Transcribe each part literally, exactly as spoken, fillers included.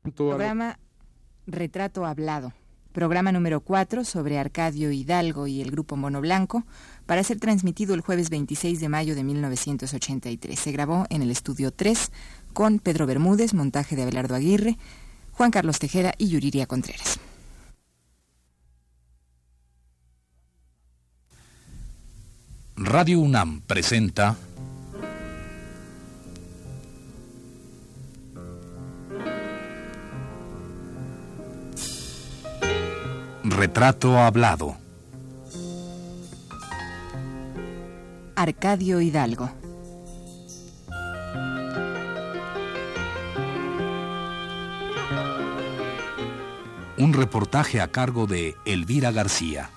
Programa Retrato Hablado, programa número cuatro sobre Arcadio Hidalgo y el grupo Mono Blanco, para ser transmitido el jueves veintiséis de mayo de mil novecientos ochenta y tres. Se grabó en el estudio tres con Pedro Bermúdez, montaje de Abelardo Aguirre, Juan Carlos Tejeda y Yuriria Contreras. Radio UNAM presenta Retrato Hablado. Arcadio Hidalgo. Un reportaje a cargo de Elvira García.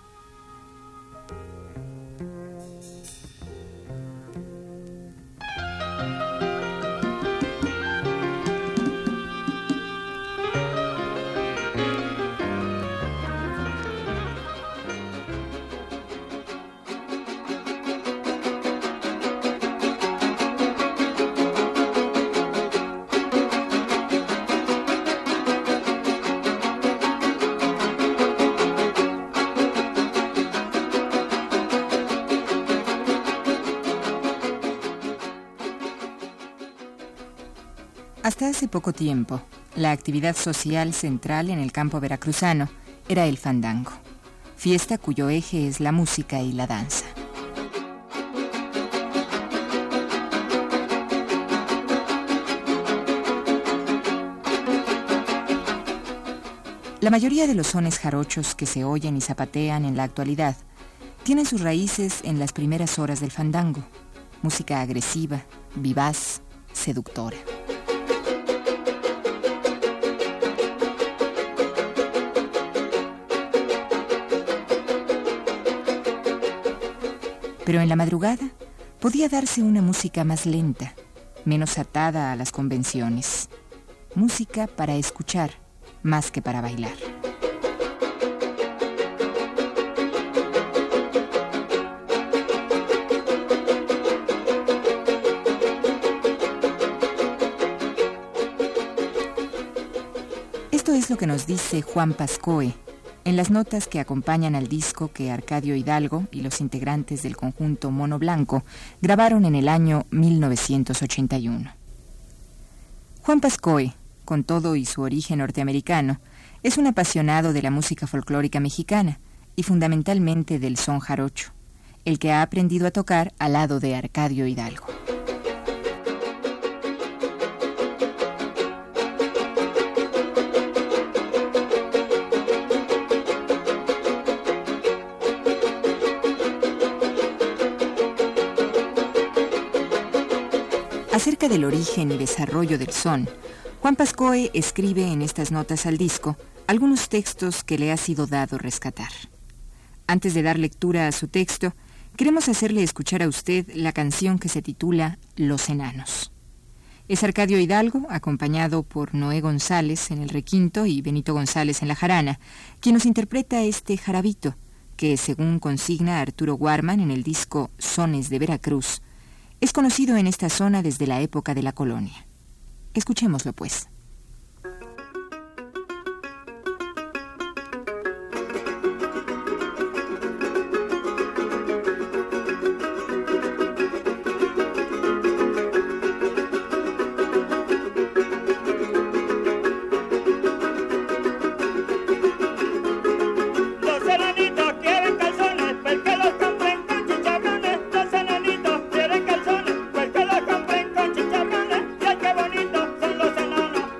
Hasta hace poco tiempo, la actividad social central en el campo veracruzano era el fandango, fiesta cuyo eje es la música y la danza. La mayoría de los sones jarochos que se oyen y zapatean en la actualidad tienen sus raíces en las primeras horas del fandango, música agresiva, vivaz, seductora. Pero en la madrugada podía darse una música más lenta, menos atada a las convenciones. Música para escuchar, más que para bailar. Esto es lo que nos dice Juan Pascoe en las notas que acompañan al disco que Arcadio Hidalgo y los integrantes del conjunto Mono Blanco grabaron en el año mil novecientos ochenta y uno. Juan Pascoe, con todo y su origen norteamericano, es un apasionado de la música folclórica mexicana y fundamentalmente del son jarocho, el que ha aprendido a tocar al lado de Arcadio Hidalgo. Acerca del origen y desarrollo del son, Juan Pascoe escribe en estas notas al disco algunos textos que le ha sido dado rescatar. Antes de dar lectura a su texto, queremos hacerle escuchar a usted la canción que se titula Los Enanos. Es Arcadio Hidalgo, acompañado por Noé González en el requinto y Benito González en la jarana, quien nos interpreta este jarabito, que, según consigna Arturo Guarman en el disco Sones de Veracruz, es conocido en esta zona desde la época de la colonia. Escuchémoslo, pues. Los enanitos quieren calzones, pues que los compren con chicharrones. Y ay, qué bonitos son los enanos.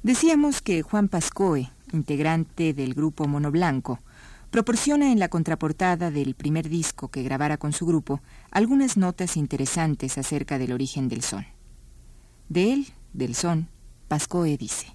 Decíamos que Juan Pascoe, integrante del grupo Mono Blanco, proporciona en la contraportada del primer disco que grabara con su grupo algunas notas interesantes acerca del origen del son. De él, del son, Pascoe dice: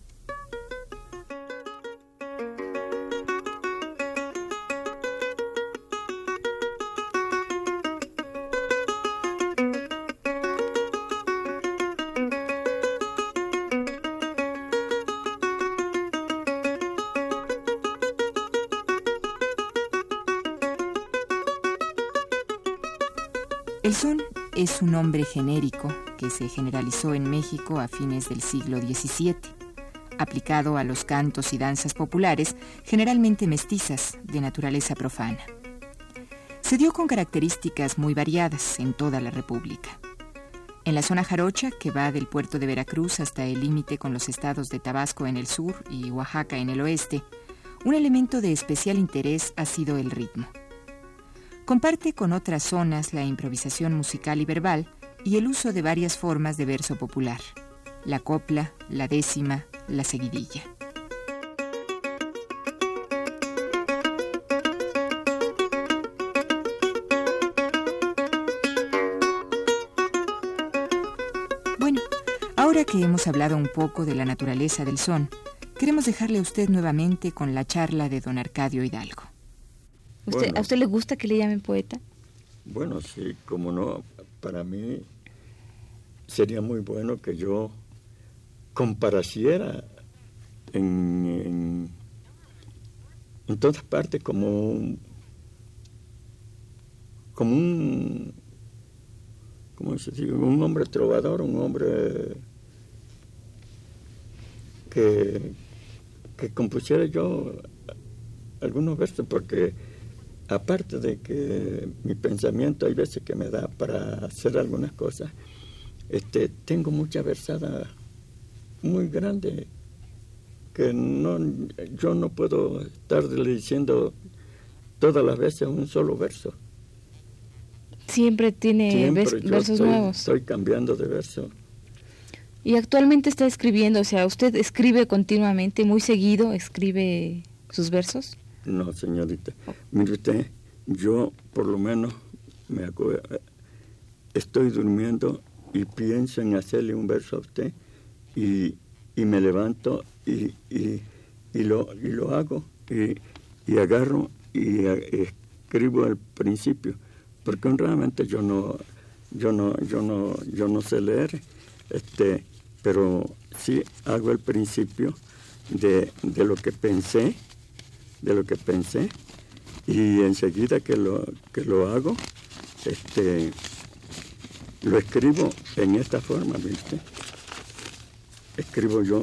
el son es un nombre genérico que se generalizó en México a fines del siglo diecisiete, aplicado a los cantos y danzas populares, generalmente mestizas, de naturaleza profana. Se dio con características muy variadas en toda la República. En la zona jarocha, que va del puerto de Veracruz hasta el límite con los estados de Tabasco en el sur y Oaxaca en el oeste, un elemento de especial interés ha sido el ritmo. Comparte con otras zonas la improvisación musical y verbal y el uso de varias formas de verso popular: la copla, la décima, la seguidilla. Bueno, ahora que hemos hablado un poco de la naturaleza del son, queremos dejarle a usted nuevamente con la charla de don Arcadio Hidalgo. ¿Usted, Bueno, ¿A usted le gusta que le llamen poeta? Bueno, sí, como no, para mí sería muy bueno que yo compareciera en, en, en todas partes como un, como un, ¿cómo se dice? Un hombre trovador, un hombre que, que compusiera yo algunos versos, porque aparte de que mi pensamiento hay veces que me da para hacer algunas cosas, este, tengo mucha versada muy grande que no, yo no puedo estarle diciendo todas las veces un solo verso. Siempre tiene Siempre vers- yo versos estoy, nuevos. estoy cambiando de verso. Y actualmente está escribiendo, o sea, ¿usted escribe continuamente, muy seguido, escribe sus versos? No, señorita. Mire usted, yo por lo menos me acu- estoy durmiendo y pienso en hacerle un verso a usted y, y me levanto y, y, y, lo, y lo hago y, y agarro y a, escribo al principio, porque realmente yo no yo no yo no yo no sé leer, este pero sí hago el principio de, de lo que pensé de lo que pensé y enseguida que lo que lo hago, este lo escribo en esta forma, ¿viste? Escribo yo.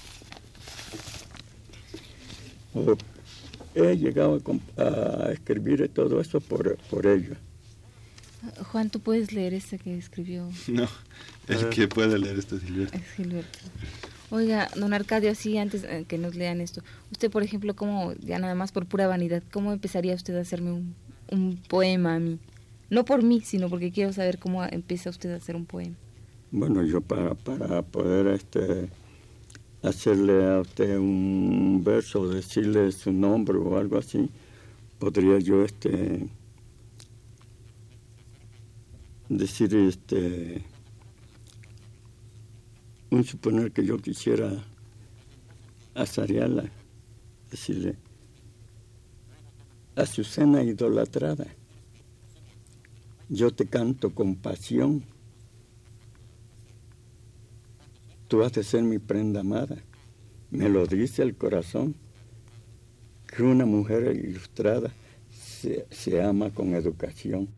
O he llegado a, comp- a escribir todo eso por, por ello. Juan, ¿tú puedes leer este que escribió No, el que puede leer esto es Gilberto. Gilberto? Oiga, don Arcadio, así antes eh, que nos lean esto, usted, por ejemplo, ¿cómo, ya nada más por pura vanidad, cómo empezaría usted a hacerme un, un poema a mí? No por mí, sino porque quiero saber cómo empieza usted a hacer un poema. Bueno, yo para, para poder este hacerle a usted un verso, decirle su nombre o algo así, podría yo este decir este un suponer que yo quisiera azarearla, decirle: Azucena idolatrada, yo te canto con pasión, tú has de ser mi prenda amada, me lo dice el corazón, que una mujer ilustrada se, se ama con educación.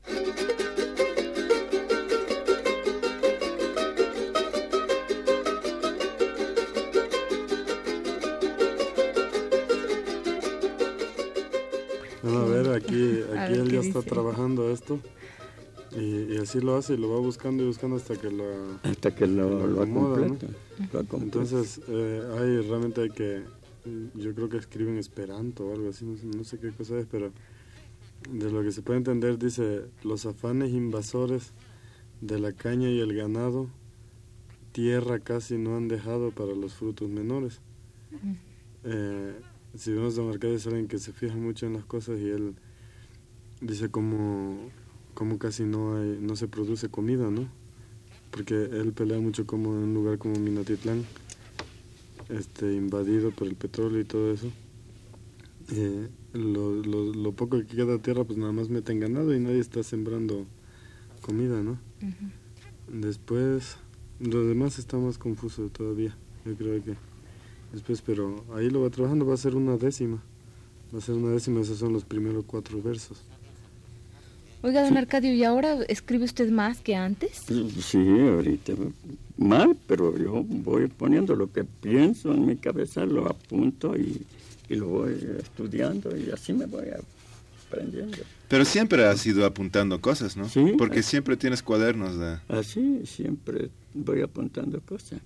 Bueno, a ver, aquí, A aquí ver él qué ya está dice. trabajando esto y, y así lo hace y lo va buscando y buscando hasta que lo... Hasta que lo, Lo lo acomoda, completa. Lo completa. Entonces, eh, hay, realmente hay que... Yo creo que escribe en esperanto o algo así, no sé, no sé qué cosa es, pero de lo que se puede entender dice: los afanes invasores de la caña y el ganado tierra casi no han dejado para los frutos menores. Uh-huh. Eh, si vemos a don Arcadio es alguien que se fija mucho en las cosas y él dice como, como casi no hay, no se produce comida, ¿no? Porque él pelea mucho como en un lugar como Minatitlán, este, invadido por el petróleo y todo eso. Eh, lo, lo, lo poco que queda de tierra pues nada más meten ganado y nadie está sembrando comida, ¿no? Uh-huh. Después, lo demás está más confuso todavía, yo creo que después, pero ahí lo va trabajando, va a ser una décima, va a ser una décima, esos son los primeros cuatro versos. Oiga, don Arcadio, ¿y ahora escribe usted más que antes? Sí, ahorita mal, pero yo voy poniendo lo que pienso en mi cabeza, lo apunto y, y lo voy estudiando y así me voy aprendiendo. Pero siempre has ido apuntando cosas, ¿no? Sí. Porque siempre tienes cuadernos de... Así, siempre voy apuntando cosas.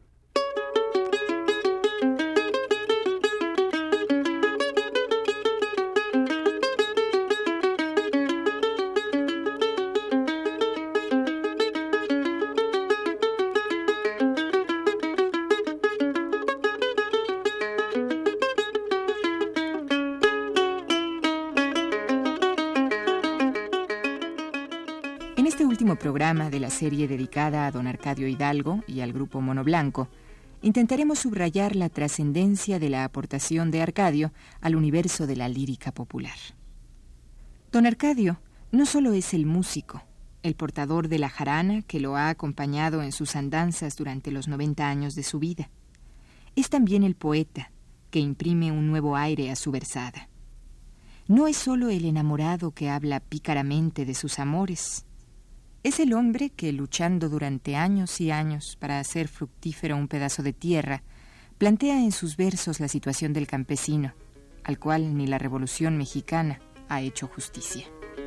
En este último programa de la serie dedicada a don Arcadio Hidalgo y al grupo Mono Blanco, intentaremos subrayar la trascendencia de la aportación de Arcadio al universo de la lírica popular. Don Arcadio no solo es el músico, el portador de la jarana que lo ha acompañado en sus andanzas durante los noventa años de su vida. Es también el poeta que imprime un nuevo aire a su versada. No es solo el enamorado que habla pícaramente de sus amores. Es el hombre que, luchando durante años y años para hacer fructífero un pedazo de tierra, plantea en sus versos la situación del campesino, al cual ni la Revolución Mexicana ha hecho justicia.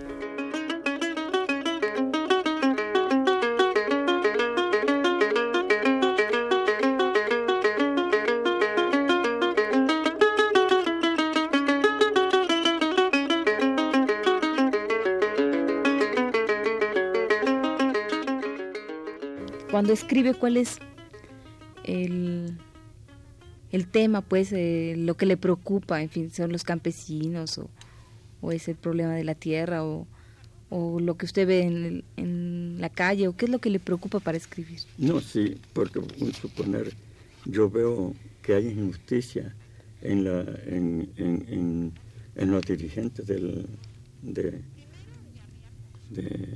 Cuando escribe, ¿cuál es el, el tema, pues, eh, lo que le preocupa? En fin, ¿son los campesinos o, o es el problema de la tierra o, o lo que usted ve en, el, en la calle? ¿O qué es lo que le preocupa para escribir? No, sí, porque, suponer, yo veo que hay injusticia en, la, en, en, en, en los dirigentes del, de, de...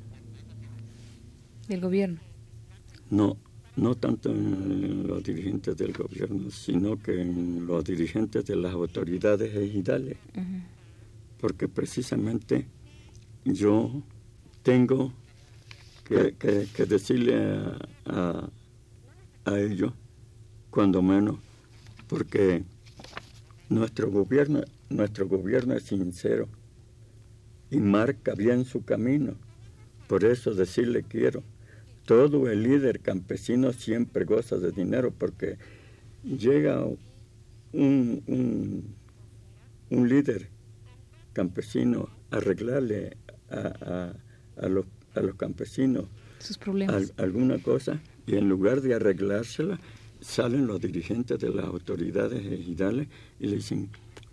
del gobierno. No, no tanto en los dirigentes del gobierno, sino que en los dirigentes de las autoridades ejidales. Uh-huh. Porque precisamente yo tengo que, que, que decirle a, a, a ellos, cuando menos, porque nuestro gobierno, nuestro gobierno es sincero y marca bien su camino. Por eso decirle quiero. Todo el líder campesino siempre goza de dinero porque llega un, un, un líder campesino a arreglarle a, a, a, los, a los campesinos sus problemas, a, alguna cosa, y en lugar de arreglársela, salen los dirigentes de las autoridades ejidales y le dicen,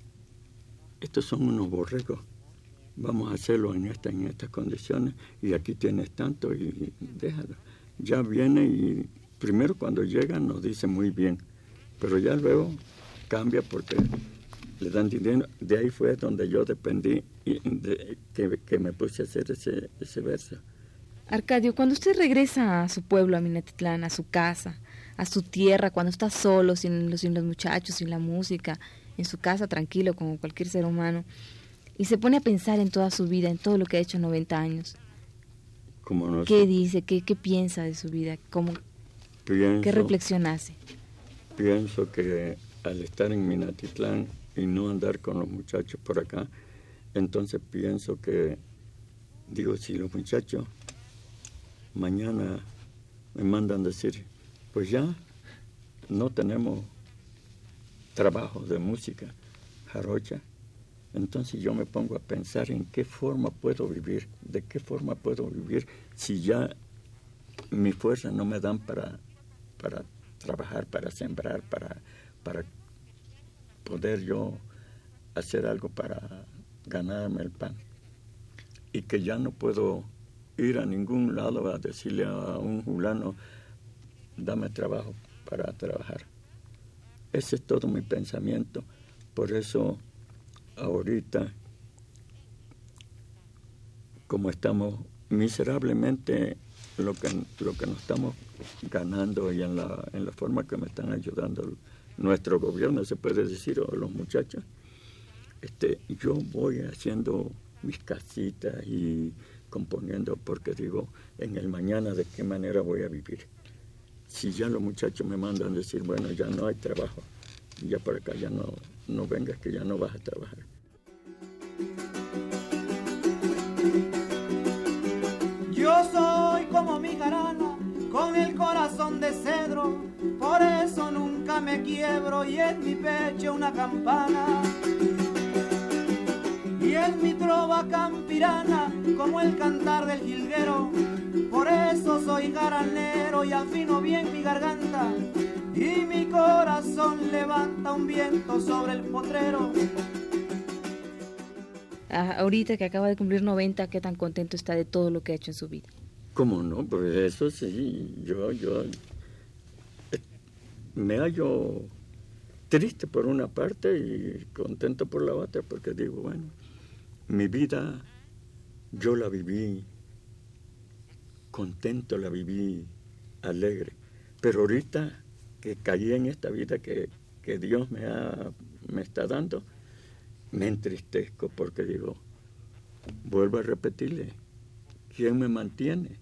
estos son unos borregos, vamos a hacerlo en, esta, en estas condiciones y aquí tienes tanto y, y déjalo. Ya viene y primero cuando llega nos dice muy bien, pero ya luego cambia porque le dan dinero. De ahí fue donde yo dependí y de, que, que me puse a hacer ese, ese verso. Arcadio, cuando usted regresa a su pueblo, a Minatitlán, a su casa, a su tierra, cuando está solo, sin los, sin los muchachos, sin la música, en su casa tranquilo como cualquier ser humano, y se pone a pensar en toda su vida, en todo lo que ha hecho en noventa años. Como no ¿Qué sé, dice? ¿Qué, qué piensa de su vida? ¿Cómo, pienso, ¿Qué reflexión hace? Pienso que al estar en Minatitlán y no andar con los muchachos por acá, entonces pienso que, digo, si los muchachos mañana me mandan decir, pues ya no tenemos trabajo de música jarocha, entonces yo me pongo a pensar en qué forma puedo vivir, de qué forma puedo vivir si ya mis fuerzas no me dan para, para trabajar, para sembrar, para, para poder yo hacer algo para ganarme el pan. Y que ya no puedo ir a ningún lado a decirle a un fulano, dame trabajo para trabajar. Ese es todo mi pensamiento. Por eso ahorita, como estamos miserablemente lo que, lo que nos estamos ganando y en la, en la forma que me están ayudando nuestro gobierno, se puede decir, o los muchachos, este, yo voy haciendo mis casitas y componiendo porque digo, en el mañana de qué manera voy a vivir. Si ya los muchachos me mandan decir, bueno, ya no hay trabajo, ya por acá ya no, no vengas, que ya no vas a trabajar. Yo soy como mi jarana, con el corazón de cedro, por eso nunca me quiebro y en mi pecho una campana. Y en mi trova campirana, como el cantar del jilguero, por eso soy garanero y afino bien mi garganta, y mi corazón levanta un viento sobre el potrero. Ah, ahorita que acaba de cumplir noventa, ¿qué tan contento está de todo lo que ha hecho en su vida? ¿Cómo no? Pues eso sí, yo, yo eh, me hallo triste por una parte y contento por la otra, porque digo, bueno, mi vida yo la viví contento, la viví alegre, pero ahorita que caí en esta vida que, que Dios me, ha, me está dando, me entristezco porque digo, vuelvo a repetirle, ¿quién me mantiene?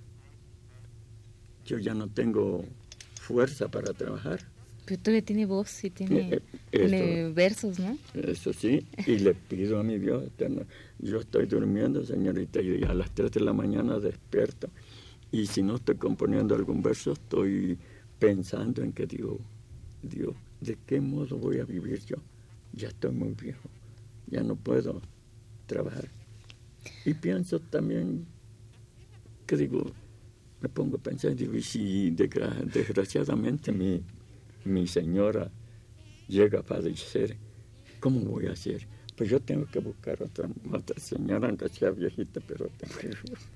Yo ya no tengo fuerza para trabajar. Pero todavía tiene voz y tiene, Eh, tiene esto, versos, ¿no? Eso sí, y le pido a mi Dios eterno. Yo estoy durmiendo, señorita, y a las tres de la mañana despierto. Y si no estoy componiendo algún verso, estoy pensando en que digo, Dios, ¿de qué modo voy a vivir yo? Ya estoy muy viejo, ya no puedo trabajar. Y pienso también que digo, me pongo a pensar, digo, y si desgra- desgraciadamente mi, mi señora llega a fallecer, ¿cómo voy a hacer? Pues yo tengo que buscar otra, otra señora, aunque sea viejita, pero tengo que...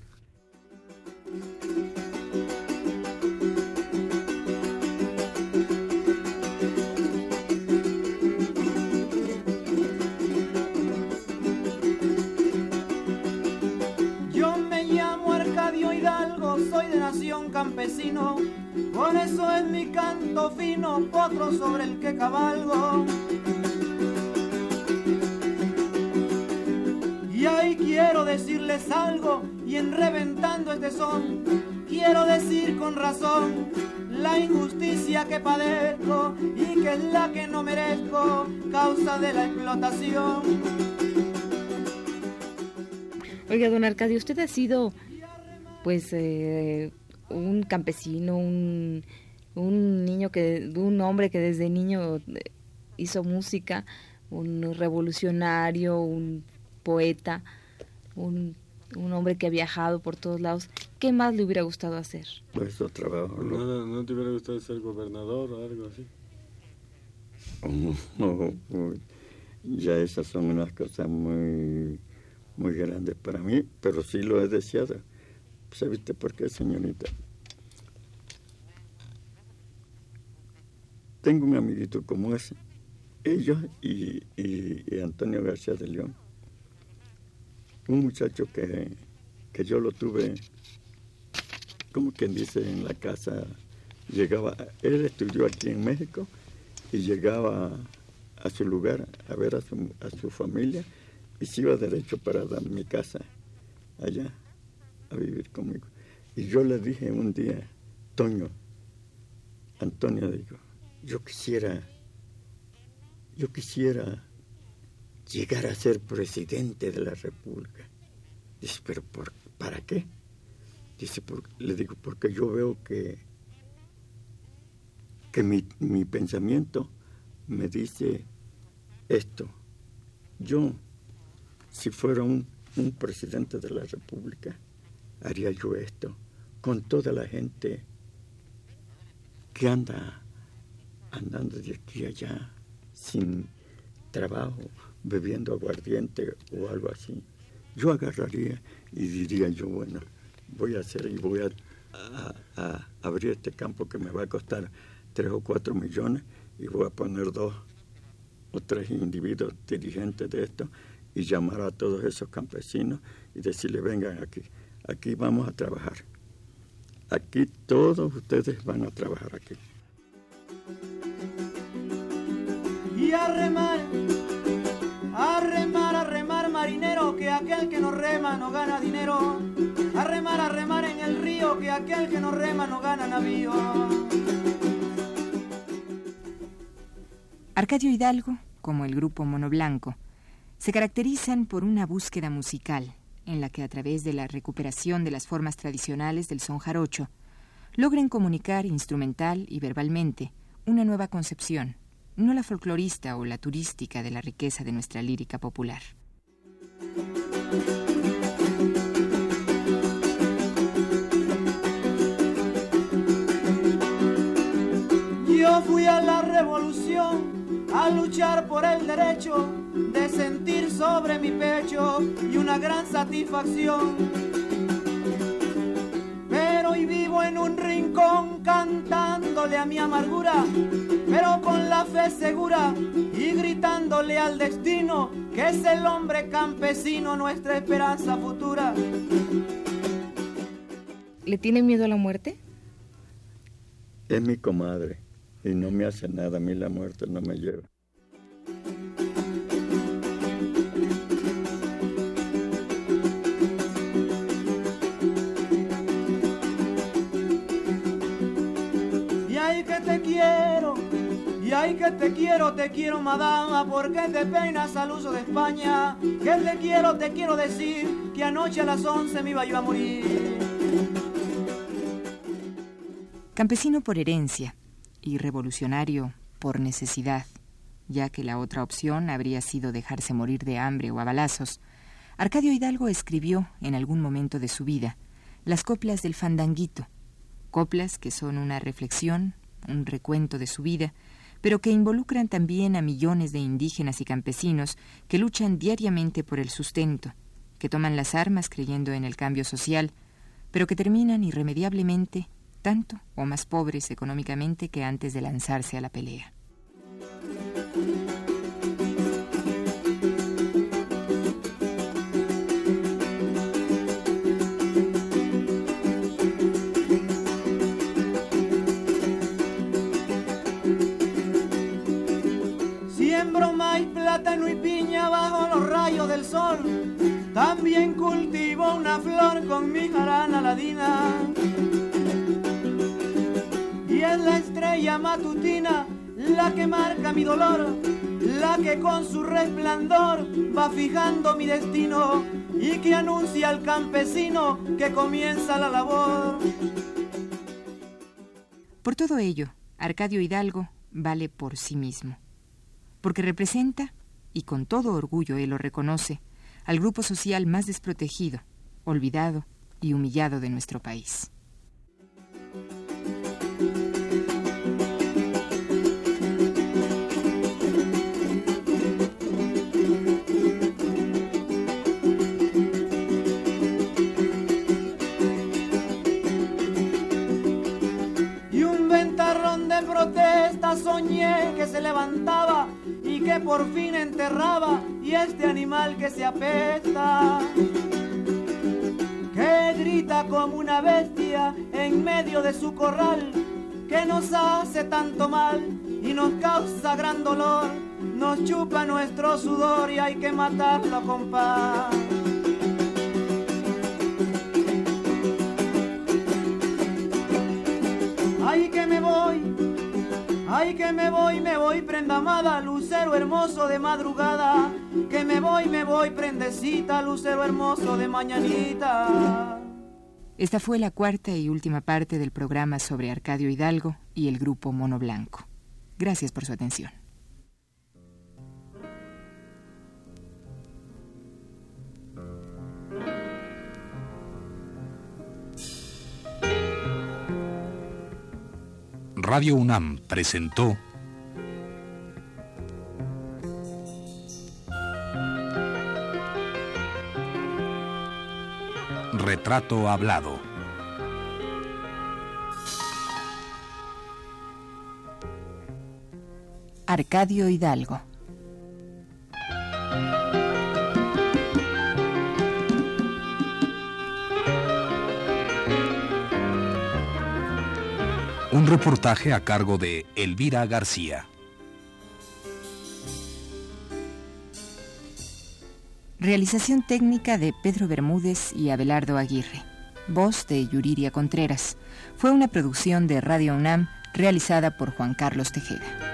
Yo me llamo Arcadio Hidalgo, soy de nación campesino, por eso es mi canto fino, potro sobre el que cabalgo. Y ahí quiero decirles algo, y en reventando este son, quiero decir con razón la injusticia que padezco y que es la que no merezco, causa de la explotación. Oiga, don Arcadio, usted ha sido, pues, eh, un campesino, un, un niño que, un hombre que desde niño hizo música, un revolucionario, un poeta, un, un hombre que ha viajado por todos lados. ¿Qué más le hubiera gustado hacer? Pues eso trabajo. ¿No, ¿No te hubiera gustado ser gobernador o algo así? Oh, oh, oh. Ya esas son unas cosas muy, muy grandes para mí, pero sí lo he deseado. ¿Sabe usted por qué, señorita? Tengo un amiguito como ese, ellos y, y, y Antonio García de León. Un muchacho que, que yo lo tuve, como quien dice, en la casa. Llegaba, él estudió aquí en México y llegaba a su lugar a ver a su, a su familia y se iba derecho para dar mi casa allá a vivir conmigo. Y yo le dije un día, Toño, Antonio, digo, yo quisiera, yo quisiera llegar a ser presidente de la República. Dice, ¿pero por, para qué? Dice, por, le digo, porque yo veo que, que mi, mi pensamiento me dice esto. Yo, si fuera un, un presidente de la República, haría yo esto, con toda la gente que anda andando de aquí a allá sin trabajo, bebiendo aguardiente o algo así. Yo agarraría y diría yo, bueno, voy a hacer y voy a, a, a abrir este campo que me va a costar tres o cuatro millones y voy a poner dos o tres individuos dirigentes de esto y llamar a todos esos campesinos y decirles, vengan aquí, aquí vamos a trabajar. Aquí todos ustedes van a trabajar aquí. Y a remar, a remar, a remar, marinero, que aquel que no rema no gana dinero. A remar, a remar en el río, que aquel que no rema no gana navío. Arcadio Hidalgo, como el grupo Mono Blanco, se caracterizan por una búsqueda musical en la que a través de la recuperación de las formas tradicionales del son jarocho logren comunicar instrumental y verbalmente una nueva concepción, no la folclorista o la turística de la riqueza de nuestra lírica popular. Yo fui a la revolución a luchar por el derecho de sentir sobre mi pecho y una gran satisfacción. Pero hoy vivo en un rincón cantándole a mi amargura, pero con la fe segura y gritándole al destino que es el hombre campesino, nuestra esperanza futura. ¿Le tiene miedo a la muerte? Es mi comadre y no me hace nada, a mí la muerte no me lleva. Y ay que te quiero, te quiero madama, porque te peinas al uso de España. Que te quiero, te quiero decir, que anoche a las once me iba yo a morir. Campesino por herencia y revolucionario por necesidad, ya que la otra opción habría sido dejarse morir de hambre o a balazos, Arcadio Hidalgo escribió en algún momento de su vida las coplas del Fandanguito, coplas que son una reflexión, un recuento de su vida, pero que involucran también a millones de indígenas y campesinos que luchan diariamente por el sustento, que toman las armas creyendo en el cambio social, pero que terminan irremediablemente tanto o más pobres económicamente que antes de lanzarse a la pelea. Plátano y piña bajo los rayos del sol. También cultivo una flor con mi jarana ladina. Y es la estrella matutina la que marca mi dolor, la que con su resplandor va fijando mi destino y que anuncia al campesino que comienza la labor. Por todo ello, Arcadio Hidalgo vale por sí mismo, porque representa, y con todo orgullo él lo reconoce, al grupo social más desprotegido, olvidado y humillado de nuestro país. Y un ventarrón de protesta soñé que se levantaba y que por fin enterraba, y este animal que se apesta, que grita como una bestia en medio de su corral, que nos hace tanto mal y nos causa gran dolor, nos chupa nuestro sudor y hay que matarlo con paz. Ay que me voy, ay que me voy, me voy prenda amada, lucero hermoso de madrugada, que me voy, me voy prendecita, lucero hermoso de mañanita. Esta fue la cuarta y última parte del programa sobre Arcadio Hidalgo y el grupo Mono Blanco. Gracias por su atención. Radio UNAM presentó Retrato Hablado. Arcadio Hidalgo. Un reportaje a cargo de Elvira García. Realización técnica de Pedro Bermúdez y Abelardo Aguirre. Voz de Yuriria Contreras. Fue una producción de Radio UNAM realizada por Juan Carlos Tejeda.